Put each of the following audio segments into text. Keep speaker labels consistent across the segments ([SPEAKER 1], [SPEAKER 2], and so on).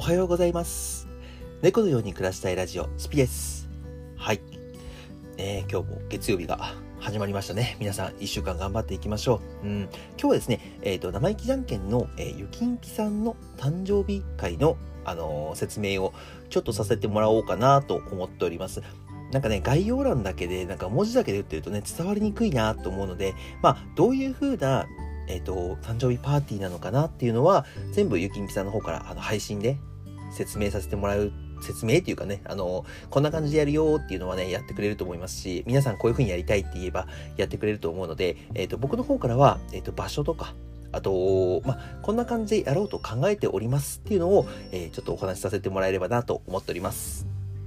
[SPEAKER 1] おはようございます。猫のように暮らしたいラジオスピです。はい、今日も月曜日が始まりましたね。皆さん1週間頑張っていきましょう。今日はですね、生意気じゃんけんの、ゆきんぴさんの誕生日会の、説明をちょっとさせてもらおうかなと思っております。なんかね、概要欄だけで、なんか文字だけで打ってるとね、伝わりにくいなと思うので、どういう風な誕生日パーティーなのかなっていうのは、全部ゆきんぴさんの方から配信で説明させてもらう、説明っていうかね、こんな感じでやるよっていうのはね、やってくれると思いますし、皆さんこういう風にやりたいって言えばやってくれると思うので、僕の方からは、場所とか、あと、こんな感じでやろうと考えておりますっていうのを、ちょっとお話しさせてもらえればなと思っております。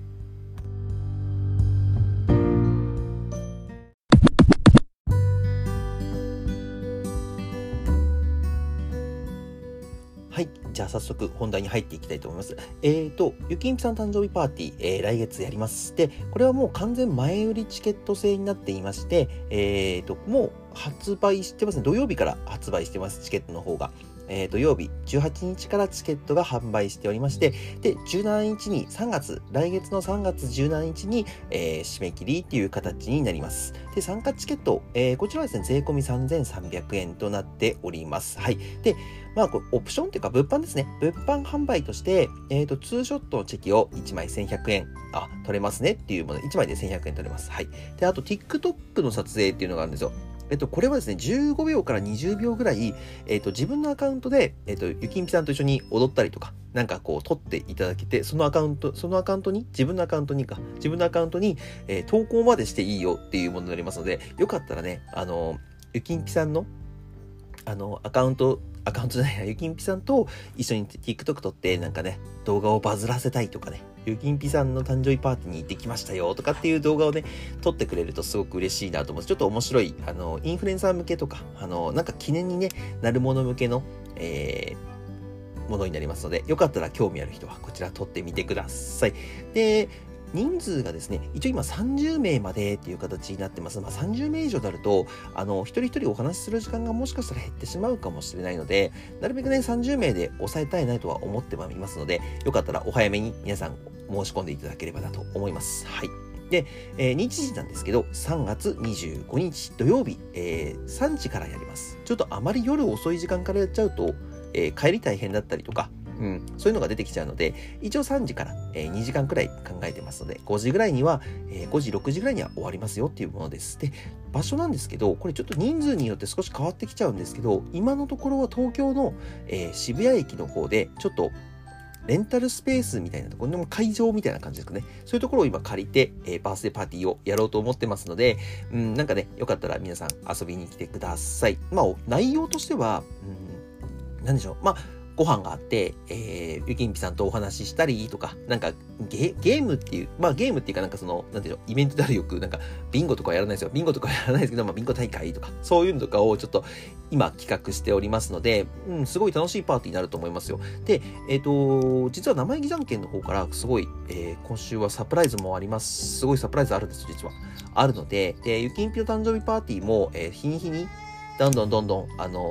[SPEAKER 1] はい。じゃあ早速本題に入っていきたいと思います。ゆきんぴさん誕生日パーティー、来月やります。で、これはもう完全前売りチケット制になっていまして、もう発売してますね。土曜日から発売してます、チケットの方が。土曜日18日からチケットが販売しておりまして、で、17日に来月の3月17日に、締め切りっていう形になります。で、参加チケット、こちらはですね、税込み3300円となっております。はい。で、これオプションっていうか物販ですね。物販販売として、ツーショットのチェキを1枚1100円、取れますねっていうもの、1枚で1100円取れます。はい。で、あと TikTok の撮影っていうのがあるんですよ。これはですね、15秒から20秒ぐらい、自分のアカウントで、ゆきんぴさんと一緒に踊ったりとか、なんかこう、撮っていただけて、そのアカウントに、自分のアカウントに、投稿までしていいよっていうものになりますので、よかったらね、ゆきんぴさんの、アカウントじゃないな、ゆきんぴさんと一緒に TikTok 撮って、なんかね、動画をバズらせたいとかね、ゆきんぴさんの誕生日パーティーに行ってきましたよとかっていう動画をね、撮ってくれるとすごく嬉しいなと思う。ちょっと面白い、インフルエンサー向けとか、なんか記念にね、なるもの向けの、ものになりますので、よかったら興味ある人はこちら撮ってみてください。で、人数がですね、一応今30名までっていう形になってます。30名以上になると、一人一人お話しする時間がもしかしたら減ってしまうかもしれないので、なるべくね、30名で抑えたいなとは思ってはいますので、よかったらお早めに皆さん申し込んでいただければなと思います。はい。で、日時なんですけど、3月25日土曜日、3時からやります。ちょっとあまり夜遅い時間からやっちゃうと、帰り大変だったりとか、そういうのが出てきちゃうので、一応3時から、2時間くらい考えてますので、5時ぐらいには、5時、6時ぐらいには終わりますよっていうものです。で、場所なんですけど、これちょっと人数によって少し変わってきちゃうんですけど、今のところは東京の、渋谷駅の方で、ちょっと、レンタルスペースみたいなところの会場みたいな感じですかね。そういうところを今借りて、バースデーパーティーをやろうと思ってますので、なんかね、よかったら皆さん遊びに来てください。内容としては、何でしょう。ご飯があって、ゆきんぴさんとお話ししたりとか、なんかゲームっていう、ゲームっていうかなんかその、なんていうの、イベントであるよく、なんかビンゴとかはやらないですよ。ビンゴとかはやらないですけど、ビンゴ大会とか、そういうのとかをちょっと今企画しておりますので、すごい楽しいパーティーになると思いますよ。で、実は生意気じゃんけんの方からすごい、今週はサプライズもあります。すごいサプライズあるんです、実は。あるので、で、ゆきんぴの誕生日パーティーも、日に日に、どんどん、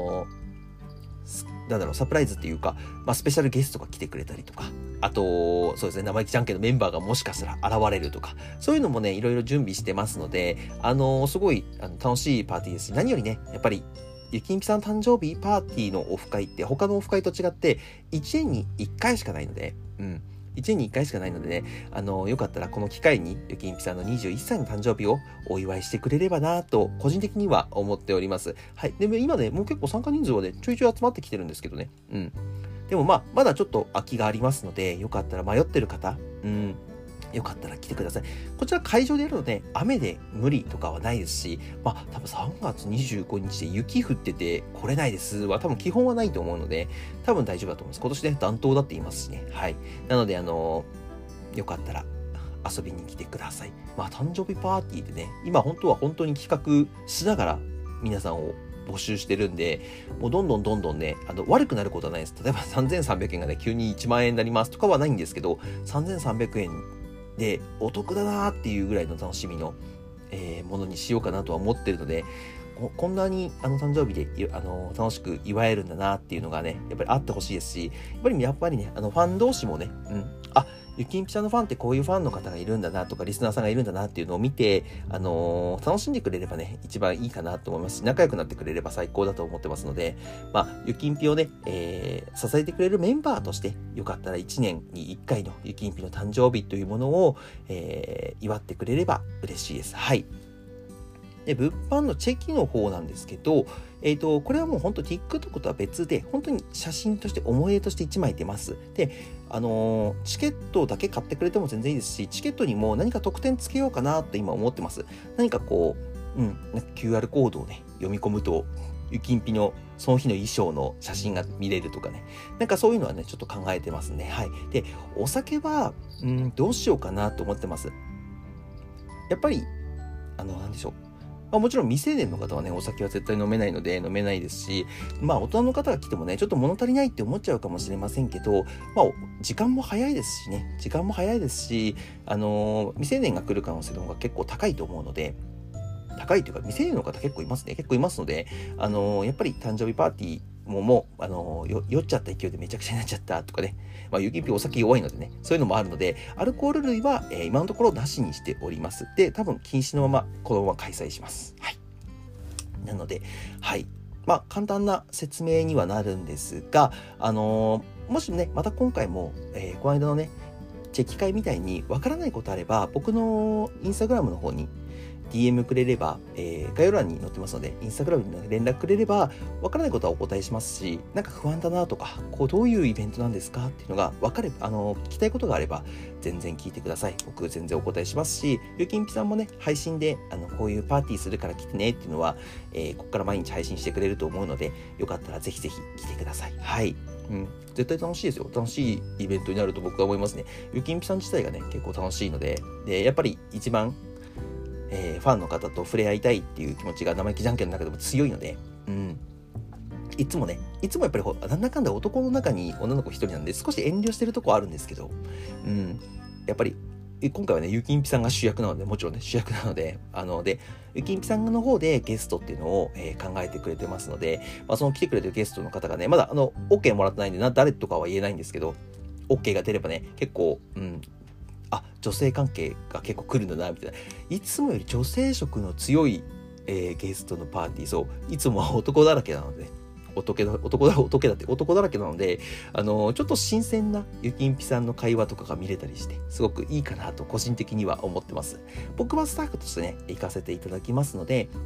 [SPEAKER 1] サプライズっていうか、スペシャルゲストが来てくれたりとか、あと、そうですね、生意気じゃんけんのメンバーがもしかしたら現れるとか、そういうのもね、いろいろ準備してますので、すごい楽しいパーティーですし、何よりね、やっぱり、ゆきんぴさん誕生日パーティーのオフ会って、他のオフ会と違って、1年に1回しかないので、1年に1回しかないのでね、よかったらこの機会に、ゆきんぴさんの21歳の誕生日をお祝いしてくれればなと、個人的には思っております。はい。でも今ね、もう結構参加人数はね、ちょいちょい集まってきてるんですけどね。でもまだちょっと空きがありますので、よかったら迷ってる方、よかったら来てください。こちら会場でやるので、雨で無理とかはないですし、多分3月25日で雪降ってて来れないですは多分基本はないと思うので、多分大丈夫だと思います。今年ね、暖冬だって言いますしね。はい。なので、よかったら遊びに来てください。誕生日パーティーでね、今本当に企画しながら皆さんを募集してるんで、もうどんどんね、悪くなることはないです。例えば3300円がね、急に1万円になりますとかはないんですけど、3300円でお得だなーっていうぐらいの楽しみの、ものにしようかなとは思ってるので、 こんなに誕生日で楽しく祝えるんだなっていうのがね、やっぱりあってほしいですし、やっぱりね、ファン同士もね、ゆきんぴちゃんのファンってこういうファンの方がいるんだなとか、リスナーさんがいるんだなっていうのを見て、楽しんでくれればね、一番いいかなと思いますし、仲良くなってくれれば最高だと思ってますので、ゆきんぴをね、支えてくれるメンバーとして、よかったら1年に1回のゆきんぴの誕生日というものを、祝ってくれれば嬉しいです。はい。で、物販のチェキの方なんですけど、これはもう本当 TikTok とは別で、本当に写真として思い出として1枚出ます。で、チケットだけ買ってくれても全然いいですし、チケットにも何か特典つけようかなと今思ってます。何かこう、QR コードをね、読み込むと、ゆきんぴのその日の衣装の写真が見れるとかね。なんかそういうのはね、ちょっと考えてますね。はい。で、お酒は、どうしようかなと思ってます。やっぱり、なんでしょう。もちろん未成年の方はね、お酒は絶対飲めないので飲めないですし、大人の方が来てもね、ちょっと物足りないって思っちゃうかもしれませんけど、時間も早いですしね、未成年が来る可能性の方が結構高いと思うので、高いというか未成年の方結構いますね。結構いますので、やっぱり誕生日パーティーも酔っちゃった勢いでめちゃくちゃになっちゃったとかね。ゆきんぴお酒弱いのでね、そういうのもあるので、アルコール類は、今のところなしにしております。で、多分禁止のまま、このまま開催します。はい。なので、はい。簡単な説明にはなるんですが、もしね、また今回も、この間のね、チェキ会みたいにわからないことあれば、僕のインスタグラムの方に、DM くれれば、概要欄に載ってますので、インスタグラムに連絡くれれば、わからないことはお答えしますし、なんか不安だなとか、どういうイベントなんですかっていうのが聞きたいことがあれば、全然聞いてください。僕全然お答えしますし、ゆきんぴさんもね、配信で、こういうパーティーするから来てねっていうのは、ここから毎日配信してくれると思うので、よかったらぜひぜひ来てください。はい。絶対楽しいですよ。楽しいイベントになると僕は思いますね。ゆきんぴさん自体がね、結構楽しいので、やっぱり一番、ファンの方と触れ合いたいっていう気持ちが生意気じゃんけんの中でも強いので、いつもやっぱりなんだかんだ男の中に女の子一人なんで少し遠慮してるとこあるんですけど、やっぱり今回はね、ゆきんぴさんが主役なので、もちろんね、主役なので、で、ゆきんぴさんの方でゲストっていうのを、考えてくれてますので、その来てくれてるゲストの方がね、まだOK もらってないんで誰とかは言えないんですけど、OK が出ればね、結構、女性関係が結構来るんだなみたいな、いつもより女性色の強い、ゲストのパーティー、そういつもは男だらけなので、男だらけなので、ちょっと新鮮なゆきんぴさんの会話とかが見れたりして、すごくいいかなと個人的には思ってます。僕はスタッフとしてね、行かせていただきますので、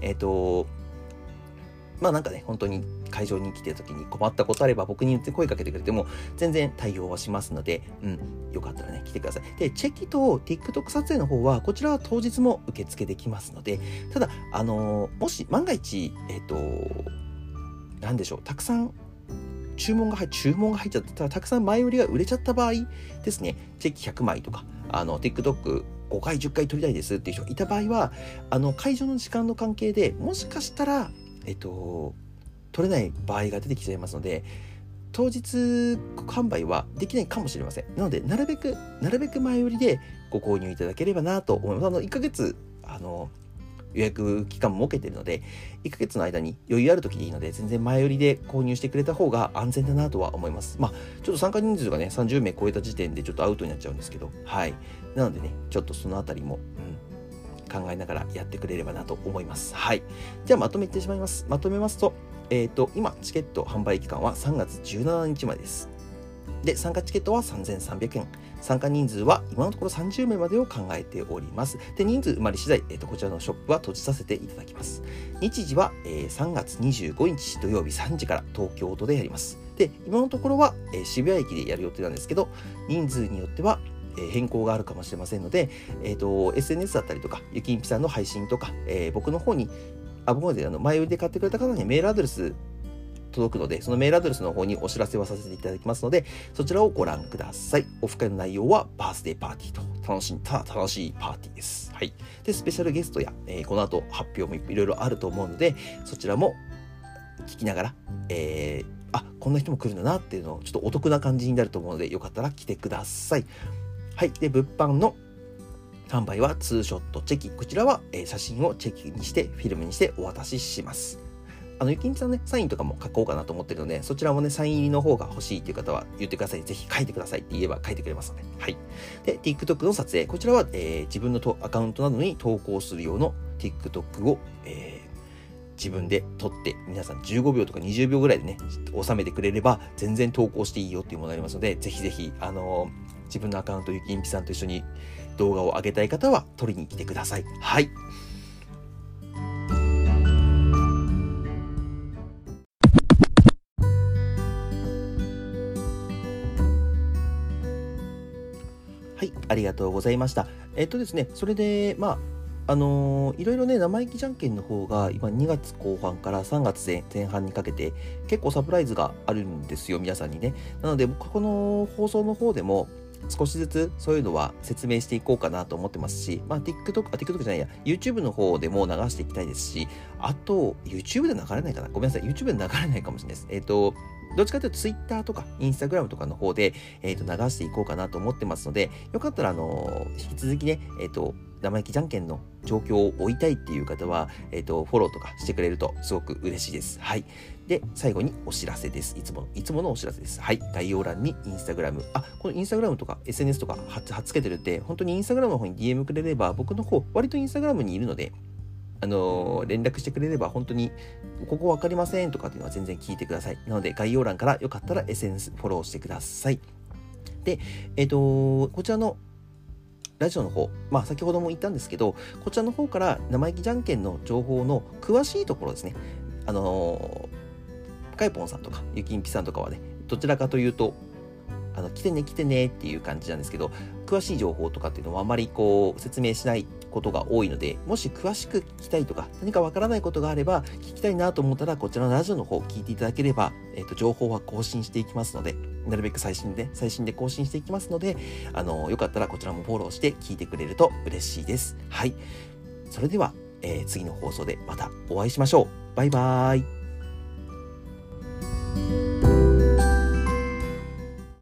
[SPEAKER 1] なんかね、本当に会場に来てる時に困ったことあれば僕に声かけてくれても全然対応はしますので、よかったらね、来てください。で、チェキと TikTok 撮影の方は、こちらは当日も受付できますので、ただ、もし万が一、なんでしょう、たくさん注文が入っちゃった、たくさん前売りが売れちゃった場合ですね、チェキ100枚とか、TikTok 5回、10回撮りたいですっていう人がいた場合は、会場の時間の関係でもしかしたら、取れない場合が出てきちゃいますので、当日販売はできないかもしれません。なので、なるべく前売りでご購入いただければなと思います。1ヶ月、予約期間も設けているので、1ヶ月の間に余裕ある時でいいので、全然前売りで購入してくれた方が安全だなとは思います。ちょっと参加人数がね、30名超えた時点でちょっとアウトになっちゃうんですけど、はい。なのでね、ちょっとそのあたりも、考えながらやってくれればなと思います。はい。じゃあまとめてしまいます。まとめますと、今、チケット販売期間は3月17日までです。で、参加チケットは3300円。参加人数は今のところ30名までを考えております。で、人数埋まり次第、こちらのショップは閉じさせていただきます。日時は、3月25日土曜日3時から東京都でやります。で、今のところは、渋谷駅でやる予定なんですけど、人数によっては、変更があるかもしれませんので、SNS だったりとか、ゆきんぴさんの配信とか、僕の方に、僕で前売りで買ってくれた方にメールアドレス届くので、そのメールアドレスの方にお知らせはさせていただきますので、そちらをご覧ください。オフ会の内容はバースデーパーティーと、ただ楽しいパーティーです。はい。で、スペシャルゲストや、この後発表もいろいろあると思うので、そちらも聞きながら、こんな人も来るんだなっていうのをちょっとお得な感じになると思うので、よかったら来てください。はい。で、物販の販売はツーショットチェキ。こちらは、写真をチェキにして、フィルムにしてお渡しします。ゆきんちさんね、サインとかも書こうかなと思ってるので、そちらもね、サイン入りの方が欲しいという方は言ってください。ぜひ書いてくださいって言えば書いてくれますので。はい。で、TikTok の撮影。こちらは、自分のアカウントなどに投稿する用の TikTok を、自分で撮って、皆さん15秒とか20秒ぐらいでね、収めてくれれば、全然投稿していいよっていうものがありますので、ぜひぜひ、自分のアカウント、ゆきんぴさんと一緒に動画を上げたい方は、撮りに来てください。はい。はい、ありがとうございました。ですね、それで、いろいろね、生意気じゃんけんの方が、今2月後半から3月前半にかけて、結構サプライズがあるんですよ、皆さんにね。なので、この放送の方でも、少しずつそういうのは説明していこうかなと思ってますし、TikTok じゃないや、YouTube の方でも流していきたいですし、あと、YouTube で流れないかなごめんなさい、YouTube で流れないかもしれないです。どっちかというと Twitter とか Instagram とかの方で、流していこうかなと思ってますので、よかったら、引き続きね、生意気じゃんけんの状況を追いたいっていう方は、フォローとかしてくれるとすごく嬉しいです。はい。で、最後にお知らせです。いつものお知らせです。はい。概要欄にインスタグラム。このインスタグラムとか SNS とか貼っつけてるって、本当にインスタグラムの方に DM くれれば、僕の方、割とインスタグラムにいるので、連絡してくれれば本当にここわかりませんとかっていうのは全然聞いてください。なので概要欄からよかったら SNS フォローしてください。で、こちらのラジオの方、先ほども言ったんですけど、こちらの方から生意気じゃんけんの情報の詳しいところですね。かいぽんさんとかゆきんぴさんとかはね、どちらかというと来てねっていう感じなんですけど、詳しい情報とかっていうのはあまり説明しないことが多いので、もし詳しく聞きたいとか何かわからないことがあれば聞きたいなと思ったら、こちらのラジオの方を聞いていただければ、情報は更新していきますので、なるべく最新で更新していきますので、よかったらこちらもフォローして聞いてくれると嬉しいです。はい。それでは、次の放送でまたお会いしましょう。バイバーイ。